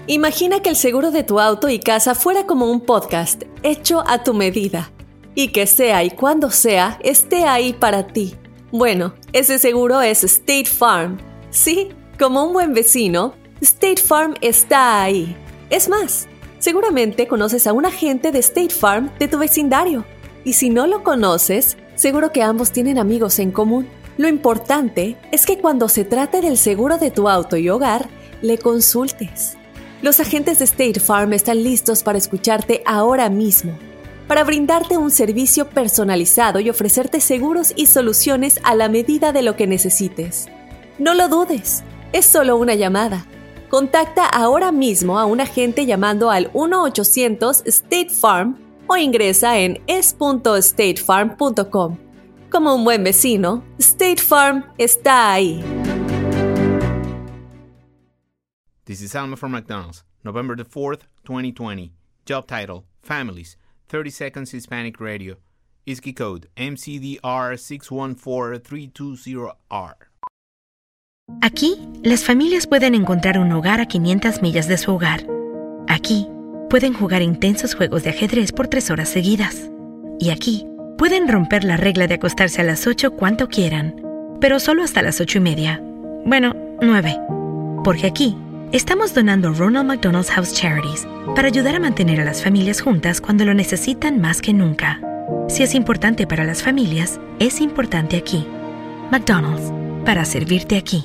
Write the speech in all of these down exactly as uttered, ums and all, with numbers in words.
Imagina que el seguro de tu auto y casa fuera como un podcast, hecho a tu medida. Y que sea y cuando sea, esté ahí para ti. Bueno, ese seguro es State Farm. Sí, como un buen vecino, State Farm está ahí. Es más, seguramente conoces a un agente de State Farm de tu vecindario. Y si no lo conoces, seguro que ambos tienen amigos en común. Lo importante es que cuando se trate del seguro de tu auto y hogar, le consultes. Los agentes de State Farm están listos para escucharte ahora mismo, para brindarte un servicio personalizado y ofrecerte seguros y soluciones a la medida de lo que necesites. No lo dudes, es solo una llamada. Contacta ahora mismo a un agente llamando al uno ochocientos State Farm o ingresa en es punto state farm punto com. Como un buen vecino, State Farm está ahí. This is Alma from McDonald's, November the fourth, twenty twenty. Job title, Families, thirty seconds Hispanic Radio. I S K I code, M C D R six one four three two zero R. Aquí, las familias pueden encontrar un hogar a quinientas millas de su hogar. Aquí, pueden jugar intensos juegos de ajedrez por tres horas seguidas. Y aquí, pueden romper la regla de acostarse a las ocho cuanto quieran, pero solo hasta las ocho y media. Bueno, nueve. Porque aquí, estamos donando Ronald McDonald's House Charities para ayudar a mantener a las familias juntas cuando lo necesitan más que nunca. Si es importante para las familias, es importante aquí. McDonald's, para servirte aquí.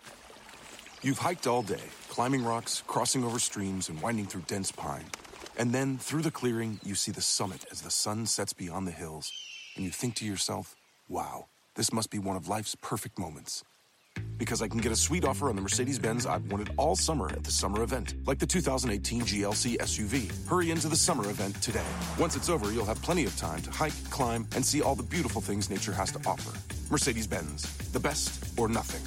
You've hiked all day, climbing rocks, crossing over streams, and winding through dense pine. And then, through the clearing, you see the summit as the sun sets beyond the hills. And you think to yourself, wow, this must be one of life's perfect moments. Because I can get a sweet offer on the Mercedes-Benz I've wanted all summer at the summer event, like the two thousand eighteen G L C S U V. Hurry into the summer event today. Once it's over, you'll have plenty of time to hike, climb, and see all the beautiful things nature has to offer. Mercedes-Benz, the best or nothing.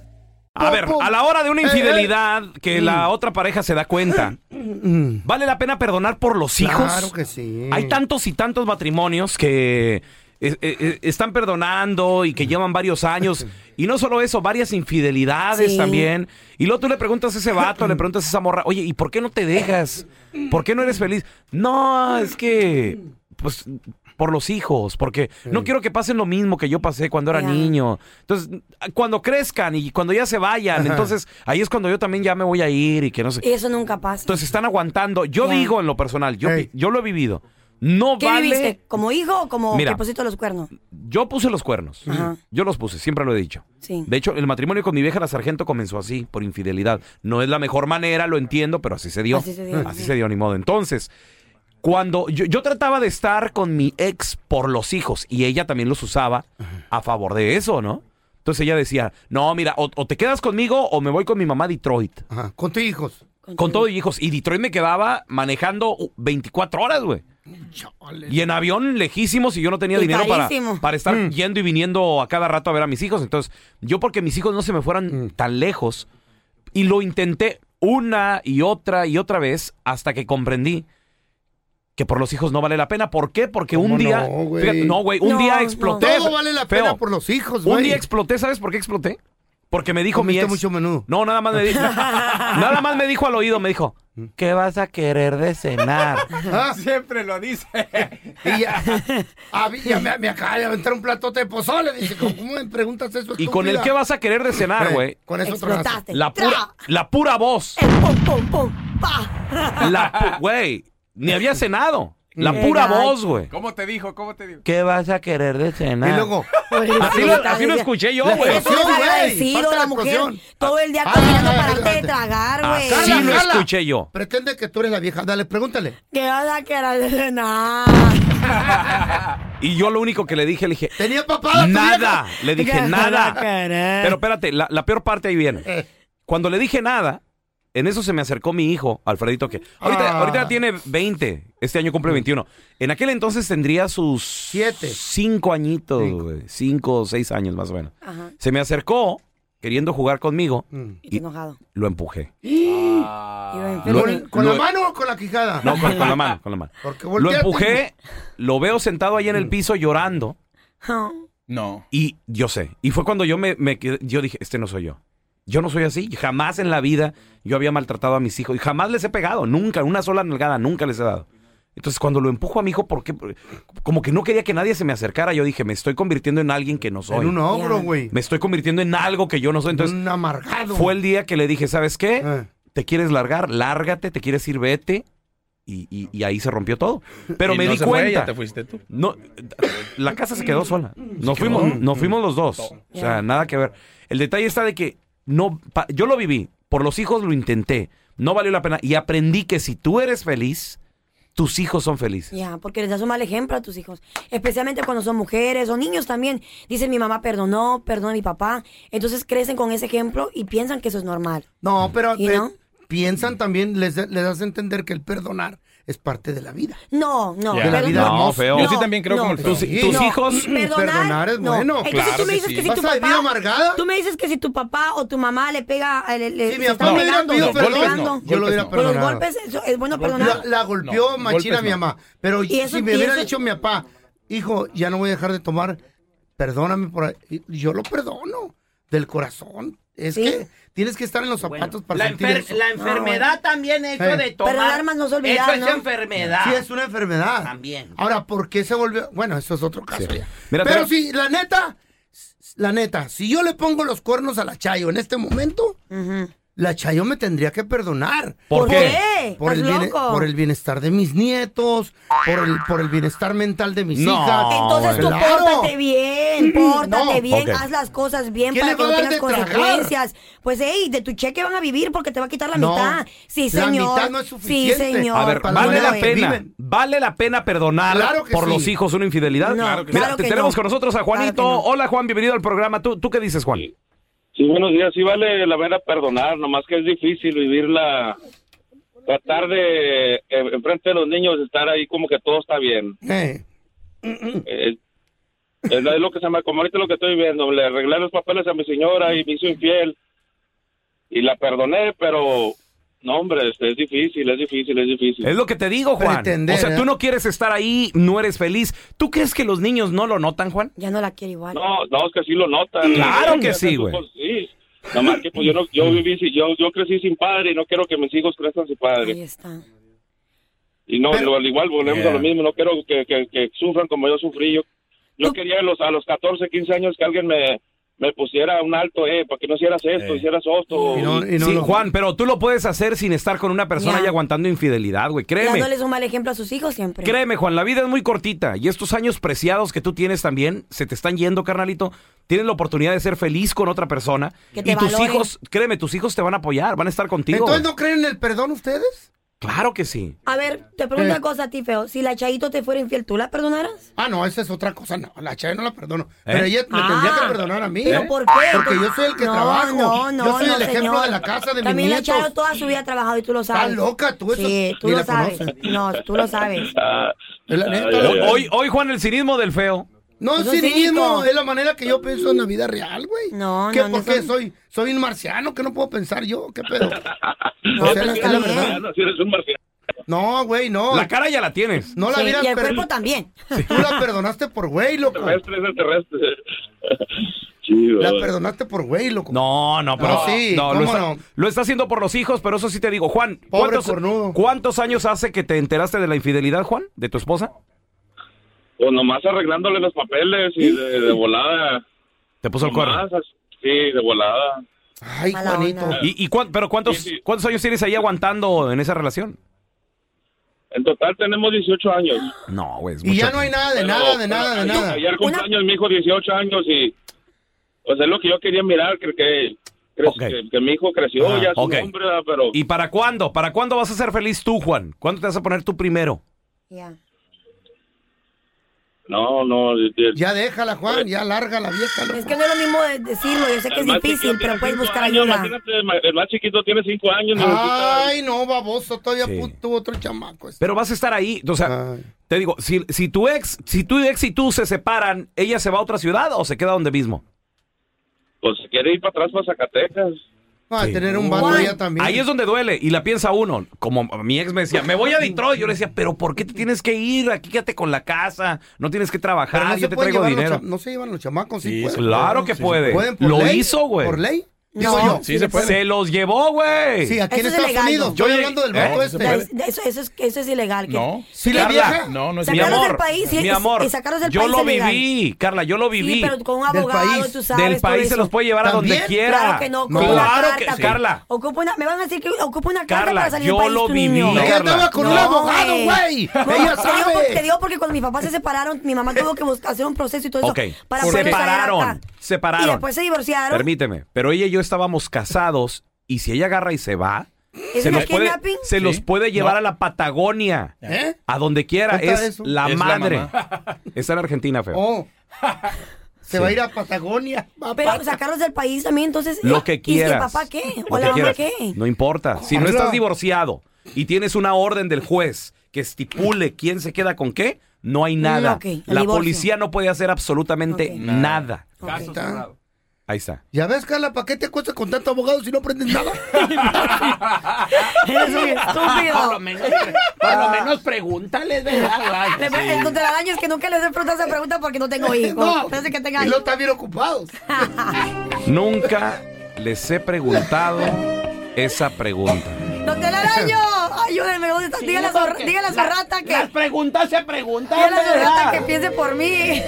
A ver, a la hora de una infidelidad que la otra pareja se da cuenta, ¿vale la pena perdonar por los hijos? Claro que sí. Hay tantos y tantos matrimonios que eh, eh, están perdonando y que llevan varios años. Y no solo eso, varias infidelidades sí. también. Y luego tú le preguntas a ese vato, le preguntas a esa morra, oye, ¿y por qué no te dejas? ¿Por qué no eres feliz? No, es que, pues, por los hijos, porque sí. no quiero que pasen lo mismo que yo pasé cuando era yeah. niño. Entonces, cuando crezcan y cuando ya se vayan, Ajá. entonces ahí es cuando yo también ya me voy a ir y que no sé. Y eso nunca pasa. Entonces están aguantando. Yo yeah. digo en lo personal, yo, hey. yo lo he vivido. No ¿Qué vale... viviste? ¿Como hijo o como Mira, que pusiste los cuernos? Yo puse los cuernos. Ajá. Yo los puse, siempre lo he dicho. Sí. De hecho, el matrimonio con mi vieja, la sargento, comenzó así, por infidelidad. No es la mejor manera, lo entiendo, pero así se dio. Así se dio. Así sí. se dio, ni modo. Entonces, cuando yo, yo trataba de estar con mi ex por los hijos, y ella también los usaba a favor de eso, ¿no? Entonces ella decía, no, mira, o, o te quedas conmigo o me voy con mi mamá a Detroit. Ajá. Con tus hijos. Con, con todo y hijos. Y Detroit me quedaba manejando veinticuatro horas, güey. Y en avión lejísimos y yo no tenía y dinero para, carísimo. para estar Mm. yendo y viniendo a cada rato a ver a mis hijos. Entonces, yo porque mis hijos no se me fueran Mm. tan lejos, y lo intenté una y otra y otra vez hasta que comprendí que por los hijos no vale la pena. ¿Por qué? Porque un ¿Cómo día... no, güey? Fíjate, no, güey, un No, día no. exploté. Todo vale la pena Feo. por los hijos, güey. Un día exploté, ¿sabes por qué exploté? Porque me dijo mi Comiste ex... mucho menudo. No, nada más me dijo... nada más me dijo al oído, me dijo, ¿qué vas a querer de cenar? ¿Ah? Siempre lo dice. Y ya, a mí ya me, me acaba de aventar un platote de pozole. Dice, ¿cómo me preguntas eso? Y con el estúpida? ¿qué vas a querer de cenar, Eh, güey? Con eso tronaste. Explotaste. La pura, la pura voz. El pum, pum, pum, pa. La pu- güey, ni había cenado. La pura gacho. voz, güey. ¿Cómo te dijo? ¿Cómo te dijo? ¿Qué vas a querer de cenar? Y luego, Así lo, así lo escuché yo, La güey. Eso explosión, es güey. agradecido, Falta la la mujer. explosión. Todo el día Ah, cocinando ah, para ah, darte de ah, tragar, güey. Así Carla, lo Carla. escuché yo. pretende que tú eres la vieja. Dale, pregúntale. ¿Qué vas a querer de cenar? Y yo lo único que le dije, le dije, ¿Tenía papada tu nada. vieja? Le dije, ¿Qué vas a nada. querer? Pero espérate, la, la peor parte ahí viene. Eh, Cuando le dije nada, en eso se me acercó mi hijo, Alfredito, que ahorita, Ah. ahorita tiene veinte. Este año cumple veintiuno. En aquel entonces tendría sus... Siete. Cinco añitos, Cinco. güey. Cinco o seis años más o menos. Ajá. Se me acercó queriendo jugar conmigo mm. Y te enojado. lo empujé. Iba enfermo. Lo- ¿Con, con lo- la mano o con la quijada? No, con, con la mano, con la mano. Porque Lo volteate. empujé, lo veo sentado ahí en el piso llorando Oh. No. y yo sé. Y fue cuando yo me, me quedé- yo dije, este no soy yo. Yo no soy así. Jamás en la vida yo había maltratado a mis hijos. Y jamás les he pegado. Nunca. Una sola nalgada. Nunca les he dado. Entonces, cuando lo empujo a mi hijo, ¿por qué? Como que no quería que nadie se me acercara. Yo dije, me estoy convirtiendo en alguien que no soy. En un ogro, güey. Me estoy convirtiendo en algo que yo no soy. Entonces, un amargado. Fue el día que le dije, ¿sabes qué? Eh. ¿Te quieres largar? Lárgate. ¿Te quieres ir? Vete. Y, y, y ahí se rompió todo. Pero Y me no di se fue cuenta. ella, te fuiste tú. No, la casa se quedó sola. Nos fuimos, nos fuimos los dos. O sea, nada que ver. El detalle está de que no, pa- yo lo viví. Por los hijos lo intenté. No valió la pena. Y aprendí que si tú eres feliz, tus hijos son felices. Ya, porque les das un mal ejemplo a tus hijos. Especialmente cuando son mujeres o niños también. Dicen, mi mamá perdonó, perdonó a mi papá. Entonces crecen con ese ejemplo y piensan que eso es normal. No, pero ¿Y eh, no? piensan también, les, les das a entender que el perdonar es parte de la vida. No, no. Ya. De la pero- vida No, hermosa. feo. Yo sí también creo no. como el Tus, feo. Sí. tus No. hijos... Perdonar, Perdonar es no. bueno. Entonces Claro tú me que dices sí. que si ¿Vas tu a vivir papá... amargada? Tú me dices que si tu papá o tu mamá le pega... Le, le, Si mi se papá está me hubiera pegando, pedido se está perdón, pegando. yo lo hubiera Con los perdonado. golpes eso es bueno La, perdonar. la golpeó No, machina golpes mi no. mamá. Pero Y eso- si me y hubiera eso- dicho mi papá, hijo, ya no voy a dejar de tomar, perdóname por ahí. Y yo lo perdono del corazón. Es ¿Sí? que tienes que estar en los zapatos para la, sentir enfer- eso. la enfermedad también, eso Eh. de tomar. Perdonar más no es olvidar, Eso es ¿no? enfermedad. Sí, es una enfermedad. También. Ahora, ¿por qué se volvió? Bueno, eso es otro caso ya. Mira, Pero pero- si, la neta, la neta, si yo le pongo los cuernos a la Chayo en este momento, Ujú. la Chayo me tendría que perdonar. ¿Por ¿Por qué? qué? Por el, ¿Estás biene- loco? por el bienestar de mis nietos, por el, por el bienestar mental de mis No. hijas. Entonces tú Claro. pórtate bien, pórtate No. bien, Ok. haz las cosas bien ¿Quién para le que va no a dar tengas de tragar? consecuencias. Pues, hey, de tu cheque van a vivir porque te va a quitar la No, mitad. Sí, la señor. mitad no es suficiente. Sí, señor. A ver, para la ¿vale manera la que pena? viven. ¿Vale la pena perdonar Claro que por sí. los hijos una infidelidad? No, Claro que Mira, sí. te- claro que tenemos no. con nosotros a Juanito. Claro que no. Hola, Juan, bienvenido al programa. ¿Tú, ¿Tú qué dices, Juan? Sí, buenos días. Sí vale la pena perdonar, nomás que es difícil vivirla, tratar de, en enfrente de los niños, estar ahí como que todo está bien. Eh, Eh, es lo que se me, como ahorita lo que estoy viendo, le arreglé los papeles a mi señora y me hizo infiel y la perdoné, pero no, hombre, es, es difícil, es difícil, es difícil. Es lo que te digo, Juan. Pretender, o sea, ¿eh? tú no quieres estar ahí, no eres feliz. ¿Tú crees que los niños no lo notan, Juan? Ya no la quiere igual. No, no, es que sí lo notan. Claro que Ya sí, sus güey. hijos, Sí, nomás que pues yo no, yo viví, sin- yo, yo crecí sin padre y no quiero que mis hijos crezcan sin padre. Ahí está. Y no, Pero- lo- al igual volvemos Yeah. a lo mismo, no quiero que, que, que sufran como yo sufrí. Yo, yo Tú- quería a los, a los catorce, quince años que alguien me, me pusiera un alto, eh, para que no hicieras esto, Eh. hicieras esto. y no, y no sí, lo- Juan, pero tú lo puedes hacer sin estar con una persona Ya. y aguantando infidelidad, güey. Créeme. Dándoles un mal ejemplo a sus hijos siempre. Créeme, Juan, la vida es muy cortita y estos años preciados que tú tienes también se te están yendo, carnalito. Tienes la oportunidad de ser feliz con otra persona Que te y tus valoren. hijos, créeme, tus hijos te van a apoyar, van a estar contigo. Entonces, ¿no creen en el perdón ustedes? Claro que sí. A ver, te pregunto Eh. una cosa a ti, feo. Si la Chayito te fuera infiel, ¿tú la perdonaras? Ah, no, esa es otra cosa. No, la Chayo no la perdono. ¿Eh? Pero ella me Ah. tendría que perdonar a mí. ¿Pero ¿eh? por qué? Porque yo soy el que no, trabajo. No, no, yo soy no, el ejemplo señor. de la casa de También mis la nietos. Chayo toda su vida ha trabajado y tú lo sabes. Estás loca, tú eso Sí, tú ni lo la sabes. conoces. No, tú lo sabes. Ah, Es la neta, Ay, ay, loco. ay. Hoy, hoy, Juan, el cinismo del feo. No, Eso es es cinismo, cínico. es la manera que yo pienso en la vida real, güey. No, ¿Qué, no, no ¿Por qué son- soy, soy un marciano? ¿Qué no puedo pensar yo? ¿Qué pedo? No, O sea, pero la- está es la bien. verdad. no, si eres un marciano. No, güey, no. La cara ya la tienes. No la Sí, hubieras y el per- cuerpo también. Tú la perdonaste por güey, loco. Terrestre, es el terrestre. Sí, La güey. perdonaste por güey, loco. No, no, pero No, sí, no, lo, ¿cómo está, no? lo está haciendo por los hijos, pero eso sí te digo, Juan, Pobre ¿cuántos, cornudo. ¿cuántos años hace que te enteraste de la infidelidad, Juan, de tu esposa? Pues nomás arreglándole los papeles y de, de volada. Te puso el cuerno. Nomás, sí, de volada. Ay, Mala Juanito. onda. ¿Y, y cuán- pero cuántos, Sí, sí. cuántos años tienes ahí aguantando en esa relación? En total tenemos dieciocho años. No, güey. es Y mucho ya no hay tiempo. nada de Pero, nada, de pero nada, de ayer- nada. Ayer cumpleaños mi hijo, dieciocho años, y pues es lo que yo quería mirar, que, que, que, Ok. que- que mi hijo creció, Ah, ya es ok. un hombre, ¿verdad? Pero ¿Y para cuándo? ¿Para cuándo vas a ser feliz tú, Juan? ¿Cuándo te vas a poner tú primero? Ya. no, no. de- de- Ya déjala, Juan, ya larga la vieja, loco. Es que no es lo mismo de decirlo. Yo sé que el es más difícil, chiquito pero tiene puedes cinco buscar años, ayuda. imagínate, el ma- el más chiquito tiene cinco años. necesita- Ay, no, baboso, todavía Sí. pu- tuvo otro chamaco. este. Pero vas a estar ahí. O sea, Ay. te digo, si, si tu ex, si tu ex y tú se separan, ¿ella se va a otra ciudad o se queda donde mismo? Pues quiere ir para atrás para Zacatecas. No, a Sí. tener un vato Juan. ella también. Ahí es donde duele y la piensa uno. Como mi ex me decía, me voy a Detroit. Yo le decía, pero ¿por qué te tienes que ir? Aquí quédate con la casa. No tienes que Pero trabajar. no yo se te pueden traigo llevar los dinero. cha- no se llevan los chamacos, sí, Sí, pueden. claro que Sí, puede. Pueden por Lo ley, hizo, güey. Por ley. Digo No, yo. Sí se puede. Se los llevó, güey. Sí, aquí Eso en es Estados ilegal, Unidos. ¿no? Estoy Yo- hablando del ¿Eh? vato Eso este. se Eso, eso, eso, es, eso es ilegal. que- No. ¿Sí le Carla, vieja? No, no es Mi Sacarlos amor, del país, sí, mi es- amor, y sacarlos del yo país lo es legal. viví, Carla, yo lo viví. Sí, pero con un Del abogado, país. tú sabes. Del todo país se eso. los puede llevar a donde ¿También? quiera. Claro que no, No. ocupa una Claro carta. que sí. Carla. Ocupa una, me van a decir que ocupa una carta Carla, para salir yo del país, lo tu viví, niño. Ella Carla. andaba con un No, abogado, güey. güey. No, Ella te digo, sabe. porque, te digo porque cuando mis papás se separaron, mi mamá tuvo que buscar, hacer un proceso y todo eso Ok, para poder traer separaron, acá. separaron. Y después se divorciaron. Permíteme, pero ella y yo estábamos casados y si ella agarra y se va, ¿Es se, una los puede, kidnapping? se Sí. los puede llevar No. a la Patagonia, ¿Eh? a donde quiera. ¿Cuenta Es eso? la Es la madre. mamá. Está en Argentina, feo. Oh. Se Sí. va a ir a Patagonia. papá. Pero sacarlos del país también, entonces. Lo que ¿Y quieras. el papá qué? Lo ¿O la que mamá quieras. qué? No importa. Si no Carla. estás divorciado y tienes una orden del juez que estipule quién se queda con qué, no hay nada. Mm, ok, el La divorcio. policía no puede hacer absolutamente Ok. nada. Ok. Está. Ahí está. Ya ves, Carla, ¿para qué te cuesta con tanto abogado si no aprendes nada? Eres un Por lo estúpido. menos, por lo menos pregúntales, ¿verdad? Le- El no te la daño es que nunca les he preguntado esa pregunta porque no tengo hijos. No. Parece que tenga Y hijos. no están bien ocupados. Nunca les he preguntado esa pregunta. ¡Don Telaraño! Ayúdenme, ¿dónde está? Dígale a su, dígale a su rata que. Las preguntas se preguntan, Dígale a su rata que ¿verdad? piense por mí.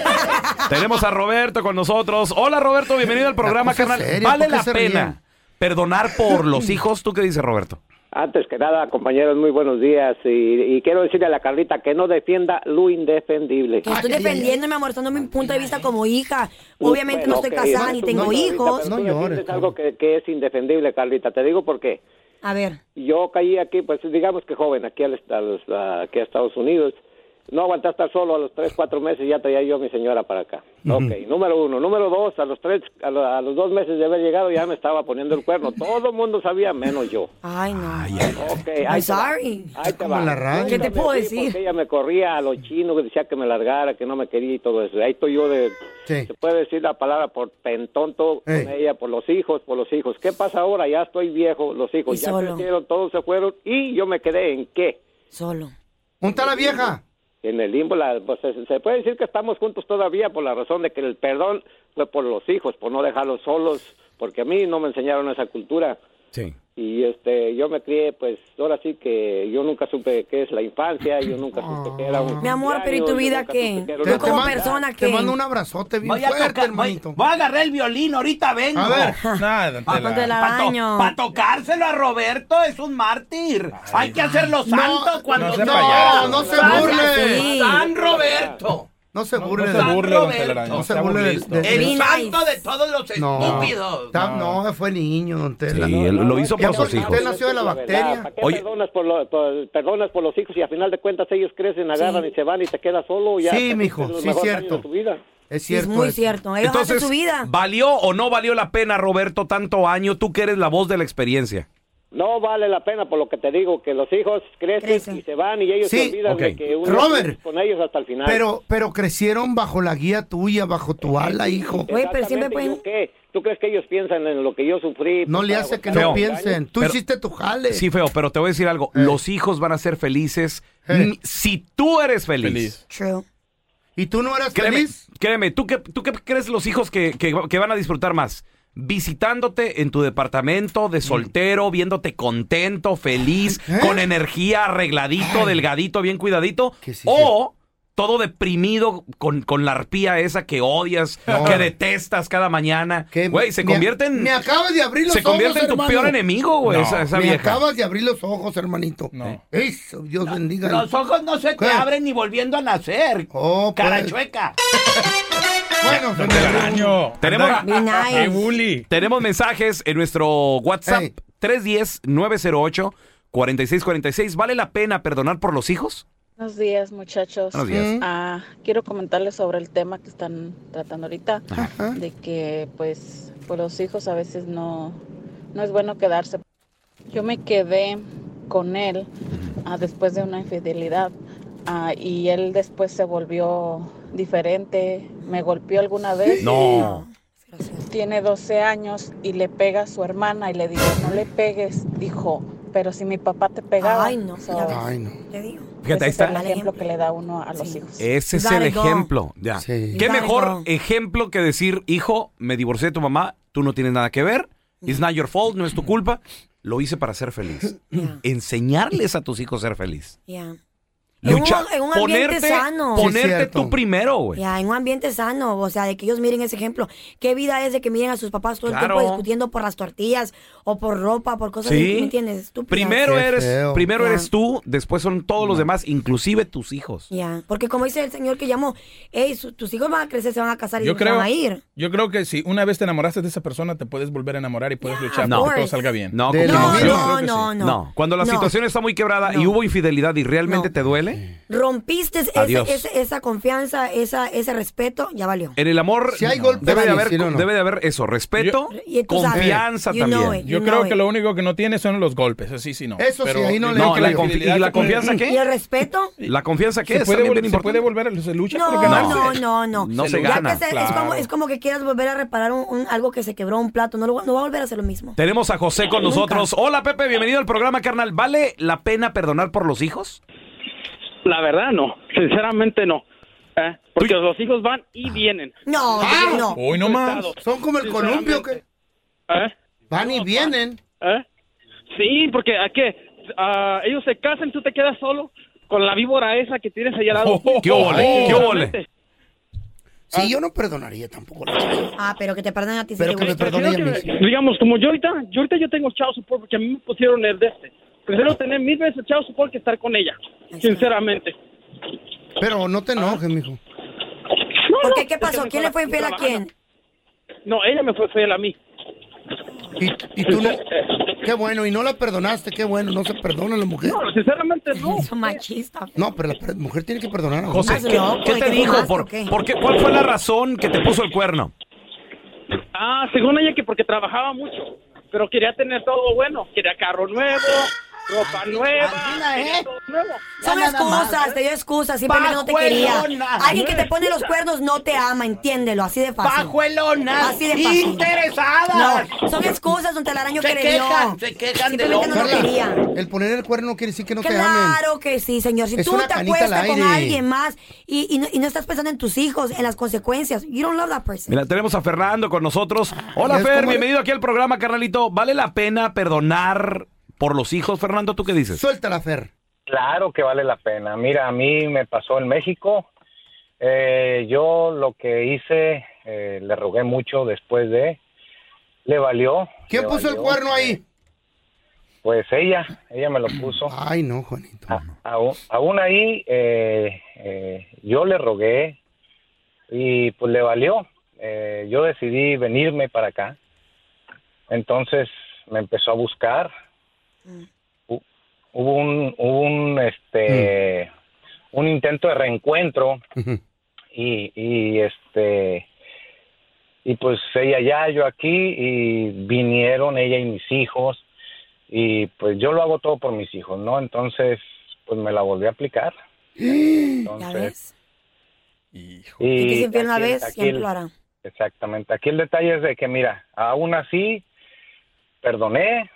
Tenemos a Roberto con nosotros. Hola, Roberto, bienvenido al programa, cosa es carnal. seria, ¿Vale ¿por qué la se pena ríen? perdonar por los hijos? ¿Tú qué dices, Roberto? Antes que nada, compañeros, muy buenos días. Y, y quiero decirle a la Carlita que no defienda lo indefendible. Que estoy Ay, ay, defendiendo, mi amor, dando mi punto de vista como hija. Obviamente no Bueno, estoy ok, casada ni tú tengo no, Carlita, hijos. pero No tú llores, defiendes algo que, que es indefendible, Carlita. Te digo por qué. A ver. Yo caí aquí, pues digamos que joven, aquí, al, a los- a- aquí a Estados Unidos. No aguanté estar solo, a los tres, cuatro meses ya traía yo a mi señora para acá. Ok, número uno. Número dos, a los tres, a, lo- a los dos meses de haber llegado ya me estaba poniendo el cuerno. Todo el mundo sabía, menos yo. Ay, no. Ok, I'm ahí te va. sorry. Ahí te Como va. la radio. ¿Qué te Nunca puedo me fui decir? Porque ella me corría a los chinos, que decía que me largara, que no me quería y todo eso. Ahí estoy yo de... Sí. Se puede decir la palabra por pentonto Ey. con ella, por los hijos, por los hijos. ¿Qué pasa ahora? Ya estoy viejo, los hijos Y ya solo. crecieron, todos se fueron y yo me quedé en qué? Solo. ¿Dónde está la vieja? En el limbo, la, pues, se, se puede decir que estamos juntos todavía por la razón de que el perdón fue por los hijos, por no dejarlos solos, porque a mí no me enseñaron esa cultura. Sí. Y este, yo me crié, pues, ahora sí que yo nunca supe qué es la infancia, yo nunca supe qué era un Mi amor, pero ¿y tu cumpleaños, yo vida nunca qué? supe qué era Tú una como Navidad. persona, Te ¿qué? mando un abrazote bien Voy a fuerte, tocar, voy, hermanito. voy a agarrar el violín, ahorita vengo. A ver. Nada, don Don Tela. Telaraño. Para tocárselo a Roberto es un mártir. Hay que hacerlo santo cuando no sea no, payaso. no se San- burle. Sí. San Roberto. No se No, burle. no se de- burle, don Roberto. Telaraño. No se sea burle del- burlista. del- El Be nice. santo de todos los No. estúpidos. Está- No, fue niño, don Tela. Sí, él lo hizo Ya por sus porque hijos. usted nació de la La bacteria. verdad, ¿para qué Oye. perdonas por, lo- por- perdonas por los hijos y a final de cuentas ellos crecen, agarran Sí. y se van y te quedas solo? Ya Sí, te mijo, fuiste los sí, mejores cierto. años de tu vida. Es Sí, es cierto. muy eso. cierto. Ellos Entonces, hacen su vida. ¿valió o no valió la pena, Roberto, tanto año? Tú que eres la voz de la experiencia. No vale la pena por lo que te digo, que los hijos crecen, Crecen. y se van y ellos Sí, se olvidan ok. de que uno Robert, está con ellos hasta el final. Pero, pero crecieron bajo la guía tuya, bajo tu ala, hijo. Güey, pero siempre Exactamente, pueden- ¿yo qué? ¿Tú crees que ellos piensan en lo que yo sufrí? No por le aguantar hace que Feo. no veinte piensen. años? Tú Pero- hiciste tu jale. Sí, feo, pero te voy a decir algo. Eh. Los hijos van a ser felices Eh. ni- si tú eres feliz. Feliz. True. ¿Y tú no eras Créeme, feliz? créeme, ¿tú qué, ¿tú qué crees los hijos que, que, que van a disfrutar más? Visitándote en tu departamento de soltero, viéndote contento, feliz, ¿Eh? con energía, arregladito, delgadito, bien cuidadito. Que sí, o todo deprimido con, con la arpía esa que odias, No. que detestas cada mañana. Que Güey, se me- convierte en, Me acabas de abrir los se ojos, convierte en tu hermano. peor enemigo, güey, No. esa, esa Me vieja. acabas de abrir los ojos, hermanito. No. Eso, Dios bendiga. Los ojos no se te ¿Qué? abren ni volviendo a nacer. Oh, pues. Cara chueca. Bueno, Don Telaraño. Tenemos- Anda- Be nice. ¡Qué bully! Tenemos mensajes en nuestro WhatsApp Hey. tres uno cero, nueve cero ocho, cuatro seis cuatro seis. ¿Vale la pena perdonar por los hijos? Buenos días, muchachos. Buenos días. Ah, quiero comentarles sobre el tema que están tratando ahorita, Ajá. de que pues, pues los hijos a veces no, no es bueno quedarse. Yo me quedé con él ah, después de una infidelidad ah, y él después se volvió diferente, me golpeó alguna vez. No. Tiene doce años y le pega a su hermana y le digo, no le pegues. Dijo, pero si mi papá te pegaba. Ay, no, So, ya ves. Ay, no. Te digo. Fíjate, ahí ese es está. el ejemplo que le da uno a los Sí. hijos. Ese es You el gotta go. ejemplo. Ya. Sí. ¿Qué You gotta mejor go. ejemplo que decir, hijo, me divorcié de tu mamá, tú no tienes nada que ver, It's not your fault, no es tu culpa. Lo hice para ser feliz. Yeah. Enseñarles a tus hijos a ser feliz. Yeah. Lucha, en un, en un ambiente ponerte, sano. ponerte Sí, tú primero, güey. Ya, en un ambiente sano, o sea, de que ellos miren ese ejemplo. ¿Qué vida es de que miren a sus papás todo el Claro. tiempo discutiendo por las tortillas o por ropa, por cosas Sí. así, ¿me entiendes? Estúpidas. Primero Qué eres, feo. primero Ya. eres tú, después son todos los demás, inclusive tus hijos. Ya, porque como dice el señor que llamó, hey, su- tus hijos van a crecer, se van a casar y Yo se creo, van a ir. yo creo que si una vez te enamoraste de esa persona, te puedes volver a enamorar y puedes luchar No. para que todo salga bien. No, De como la No, vida. Yo no, creo que no, sí. no, No, cuando la No. situación está muy quebrada y No. hubo infidelidad y realmente No. te duele, Rompiste ese- Adiós. ese- esa confianza, esa, ese respeto, ya valió. en el amor Si hay golpe, debe, de Dani, haber, si no, no. debe de haber eso, respeto, Yo- Y tú sabes. confianza You know también. it. Yo You creo know que it. lo único que no tiene son los golpes, así sí no. Eso sí, Pero ahí no yo le- creo No, que la la confi- infidelidad ¿y la se puede- confianza ¿Y qué? el respeto? ¿La confianza qué Se es? puede, También vol- bien se puede importante. volver, se lucha No, por ganarse. no, no, no. No se Ya gana. que se- es, Claro. como, es como que quieras volver a reparar un, un- algo que se quebró, un plato. No, lo, no va a volver a hacer lo mismo. Tenemos a José con Nunca. nosotros. Hola, Pepe, bienvenido al programa, carnal. ¿Vale la pena perdonar por los hijos? La verdad no, sinceramente no. ¿eh? Porque los hijos van y vienen. No, Ah, no. Hoy no más. Son como el columpio que ¿Eh? van y vienen. ¿Eh? Sí, porque ¿a qué? Ah, ellos se casan, tú te quedas solo con la víbora esa que tienes allá al lado. Oh, ¿Qué ole? ¿Qué ole? Sinceramente. Sí, yo no perdonaría tampoco la chica. Ah, pero que te perdonen a ti. sí Pero te que me gusta. perdone Prefiero ella que misma. me- digamos, como yo ahorita, yo ahorita yo tengo child support porque a mí me pusieron el de este. Prefiero tener mil veces child support que estar con ella, sinceramente. Pero no te enojes, mijo. No, ¿Por no, qué? ¿Qué es que pasó? me ¿Quién le fue estoy infiel a trabajando. quién? No, ella me fue fiel a mí. Y, y tú no. Qué bueno, y no la perdonaste, qué bueno, no se perdona a la mujer. No, sinceramente no. Eso machista. No, pero la per- mujer tiene que perdonar a la José, mujer. ¿qué, loco, qué ¿y te qué dijo? fumaste ¿Por, o qué? por qué? ¿Cuál fue la razón que te puso el cuerno? Ah, según ella que porque trabajaba mucho, pero quería tener todo bueno, quería carro nuevo, ropa nueva, quería todo nuevo. Son excusas, te dio excusas, simplemente no te quería. Pajuelona. Alguien que te pone los cuernos no te ama, entiéndelo, así de fácil. Pajuelonas. Así de fácil. Interesadas. No, son excusas, don Telaraño, Se que le dio. quejan, se quejan del Simplemente no lo hombre. quería. El poner el cuerno no quiere decir que no te amen. Claro que sí, señor. Si Es tú una te canita al acuestas con aire. alguien más y, y, no, y no estás pensando en tus hijos, en las consecuencias, you don't love that person. Mira, tenemos a Fernando con nosotros. Hola, ¿Es Fer, como- bienvenido aquí al programa, carnalito. ¿Vale la pena perdonar por los hijos, Fernando? ¿Tú qué dices? Suéltala, Fer. Claro que vale la pena. Mira, a mí me pasó en México. Eh, yo lo que hice, eh, le rogué mucho después de... Le valió. ¿Quién le puso el valió. cuerno ahí? Pues ella, ella me lo puso. Ay, no, Juanito. A- aún, aún ahí, eh, eh, yo le rogué y pues le valió. Eh, yo decidí venirme para acá. Entonces me empezó a buscar. Hu- Hubo un, hubo un, este, un intento de reencuentro y, y este, y pues ella allá, yo aquí, y vinieron ella y mis hijos, y pues yo lo hago todo por mis hijos, ¿no? Entonces, pues me la volví a aplicar. Ya Entonces, ves. y Y que se infiel una aquí- vez, aquí siempre el- lo hará. Exactamente. Aquí el detalle es de que, mira, aún así, perdoné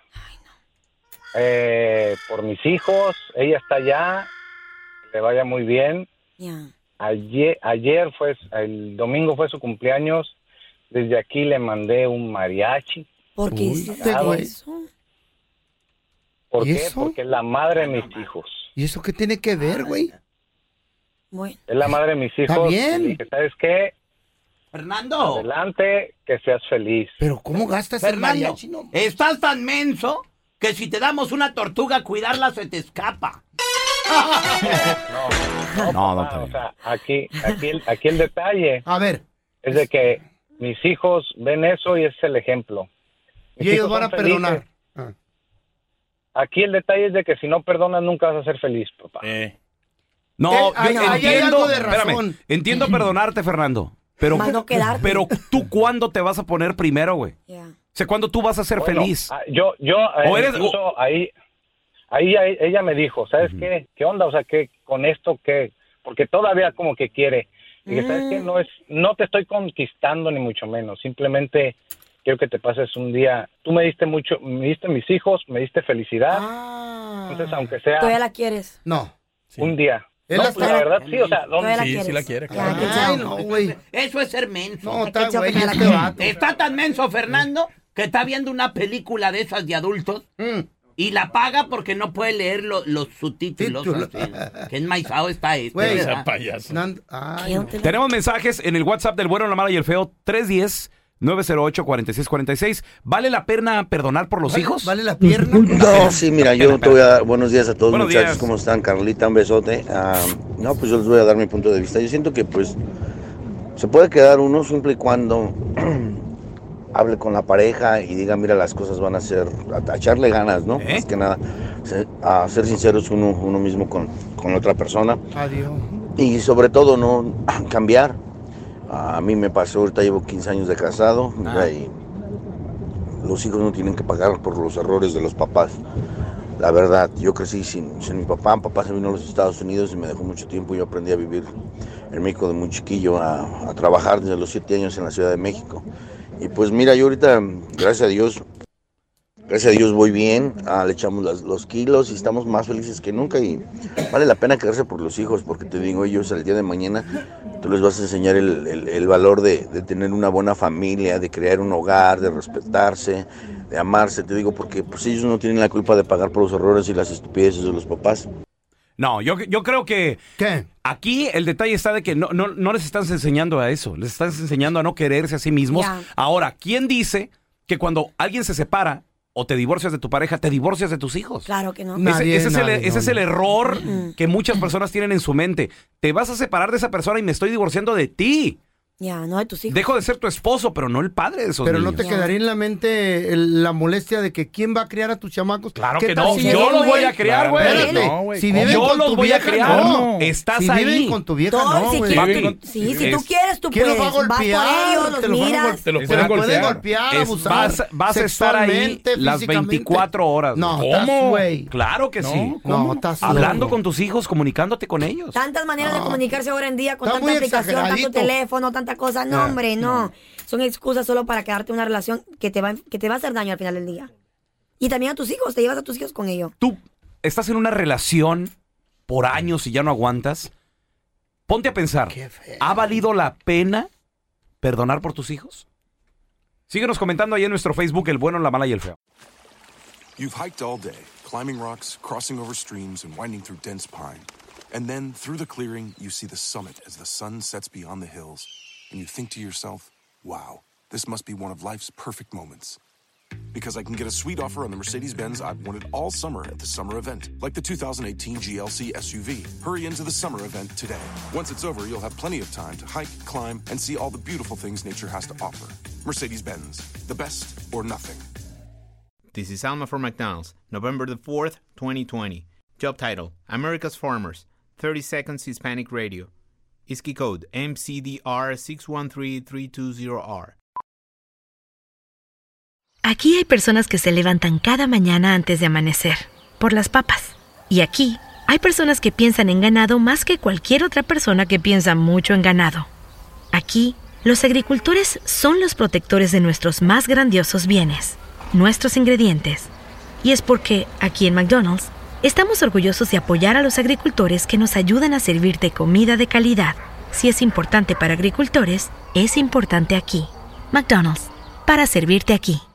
eh, por mis hijos. Ella está allá, le vaya muy bien. Ya. Ayer, ayer fue, el domingo fue su cumpleaños. Desde aquí le mandé un mariachi. ¿Por qué Uy, hiciste este güey. eso? ¿Por ¿Y qué? eso? Porque es la madre de mis hijos. ¿Y eso qué tiene que ver, güey? Bueno. Es la madre de mis hijos. Está bien. Y dije, ¿sabes qué? Fernando. Adelante, que seas feliz. Pero ¿cómo gastas el Fernando, mariachi? No? estás tan menso que si te damos una tortuga a cuidarla se te escapa. No, No, no papá, te o sea, aquí, aquí, el, aquí el detalle A ver, es de que mis hijos ven eso y ese es el ejemplo. Mis y ellos hijos van a son felices. perdonar. Ah. Aquí el detalle es de que si no perdonas nunca vas a ser feliz, papá. Eh, No, Eh, ahí- yo ahí hay entiendo, algo de espérame, razón. entiendo perdonarte, Fernando. Pero, Más no quedarte. pero tú, ¿cuándo te vas a poner primero, güey? Ya. O sea, ¿cuándo tú vas a ser Bueno, feliz? ah, yo, yo, eh, O eres- incluso ahí, ahí, ahí ella me dijo, ¿sabes qué? ¿Qué onda? O sea, ¿qué con esto qué? Porque todavía como que quiere. Y dije, ¿sabes qué? No es, no te estoy conquistando ni mucho menos. Simplemente quiero que te pases un día. Tú me diste mucho, me diste mis hijos, me diste felicidad. Ah. Entonces, aunque sea Todavía la quieres. No. un día. Él No, la pues, está- la verdad sí, o sea, ¿dónde? Todavía la sí, quieres. sí la quiere, Ya, claro. que Ay, chao. no, güey. Eso es ser menso. No, está Aquel güey choque me la este quiere. vato. Está tan menso, Fernando, que está viendo una película de esas de adultos Mm. y la paga porque no puede leer lo- los subtítulos. Título. así. Qué enmaizado está este. Güey, ¿verdad? Nan- Ay, no. Tenemos mensajes en el WhatsApp del bueno, la mala y el feo. tres uno cero, nueve cero ocho, cuatro seis cuatro seis. ¿Vale la pena perdonar por los hijos? ¿Vale la pierna? No, sí, mira, yo te voy a dar buenos días a todos, Buenos muchachos. días. ¿Cómo están? Carlita, un besote. Ah, no, pues yo les voy a dar mi punto de vista. Yo siento que, pues, se puede quedar uno siempre y cuando hable con la pareja y diga, mira, las cosas van a ser, a, a echarle ganas, ¿no? Más que nada, se- a ser sinceros uno, uno mismo con, con la otra persona. Adiós. Y sobre todo, no cambiar. A mí me pasó, ahorita llevo quince años de casado, mira, y los hijos no tienen que pagar por los errores de los papás. La verdad, yo crecí sin, sin mi papá, mi papá se vino a los Estados Unidos y me dejó mucho tiempo. Yo aprendí a vivir en México de muy chiquillo, a, a trabajar desde los siete años en la Ciudad de México. Y pues mira, yo ahorita, gracias a Dios, gracias a Dios voy bien, ah, le echamos las- los kilos y estamos más felices que nunca y vale la pena quedarse por los hijos, porque te digo, ellos el día de mañana tú les vas a enseñar el, el- el valor de, de tener una buena familia, de crear un hogar, de respetarse, de amarse, te digo, porque pues ellos no tienen la culpa de pagar por los errores y las estupideces de los papás. No, yo, yo creo que aquí el detalle está de que no, no, no les estás enseñando a eso, les estás enseñando a no quererse a sí mismos. Ya. Ahora, ¿quién dice que cuando alguien se separa o te divorcias de tu pareja, te divorcias de tus hijos? Claro que no. Ese, Nadie, ese es, el, nadie, ese no, es el no. error Mm. que muchas personas tienen en su mente. Te vas a separar de esa persona y me estoy divorciando de ti. Ya, no de tus hijos. Dejo de ser tu esposo, pero no el padre de esos Pero no niños. te quedaría en la mente el- la molestia de que quién va a criar a tus chamacos. Claro ¿Qué que tal no, si yo viven, los voy a criar, güey. Espérate, No, güey. si ¿Cómo? viven Yo con los tu voy a vieja, criar. no. Estás si ahí. viven con tu vieja, Todo, no, si güey. quieres, Viven con- sí, si es- tú quieres, tú ¿Quién los puedes. va a golpear? Vas por ellos, los Te los van a miras. golpear. Te los Se pueden la pueden golpear. golpear, Es- abusar. vas, vas a estar ahí sexualmente, las físicamente. veinticuatro horas. No, güey. estás, güey. Claro que No, sí. No, estás Hablando loco. con tus hijos, comunicándote con ellos. Tantas maneras de comunicarse ahora en día con Está tanta muy aplicación, tanto exageradito. teléfono, tanta cosa. No, Ah, hombre, no. Son excusas solo para quedarte en una relación que te va, que te va a hacer daño al final del día. Y también a tus hijos, te llevas a tus hijos con ello. Tú estás en una relación por años y ya no aguantas. Ponte a pensar, ¿ha valido la pena perdonar por tus hijos? Síguenos comentando ahí en nuestro Facebook, El Bueno, la Mala y el Feo. You've hiked all day, climbing rocks, crossing over streams, and winding through dense pine. And then, through the clearing, you see the summit as the sun sets beyond the hills. And you think to yourself, wow, this must be one of life's perfect moments. Because I can get a sweet offer on the Mercedes-Benz I've wanted all summer at the summer event, like the two thousand eighteen G L C S U V. Hurry into the summer event today. Once it's over, you'll have plenty of time to hike, climb, and see all the beautiful things nature has to offer. Mercedes-Benz, the best or nothing. This is Alma from McDonald's, November the fourth, twenty twenty. Job title, America's Farmers, thirty seconds Hispanic Radio. I S K I code, M C D R six one three three two zero R. Aquí hay personas que se levantan cada mañana antes de amanecer, por las papas. Y aquí hay personas que piensan en ganado más que cualquier otra persona que piensa mucho en ganado. Aquí, los agricultores son los protectores de nuestros más grandiosos bienes, nuestros ingredientes. Y es porque, aquí en McDonald's, estamos orgullosos de apoyar a los agricultores que nos ayudan a servirte comida de calidad. Si es importante para agricultores, es importante aquí. McDonald's, para servirte aquí.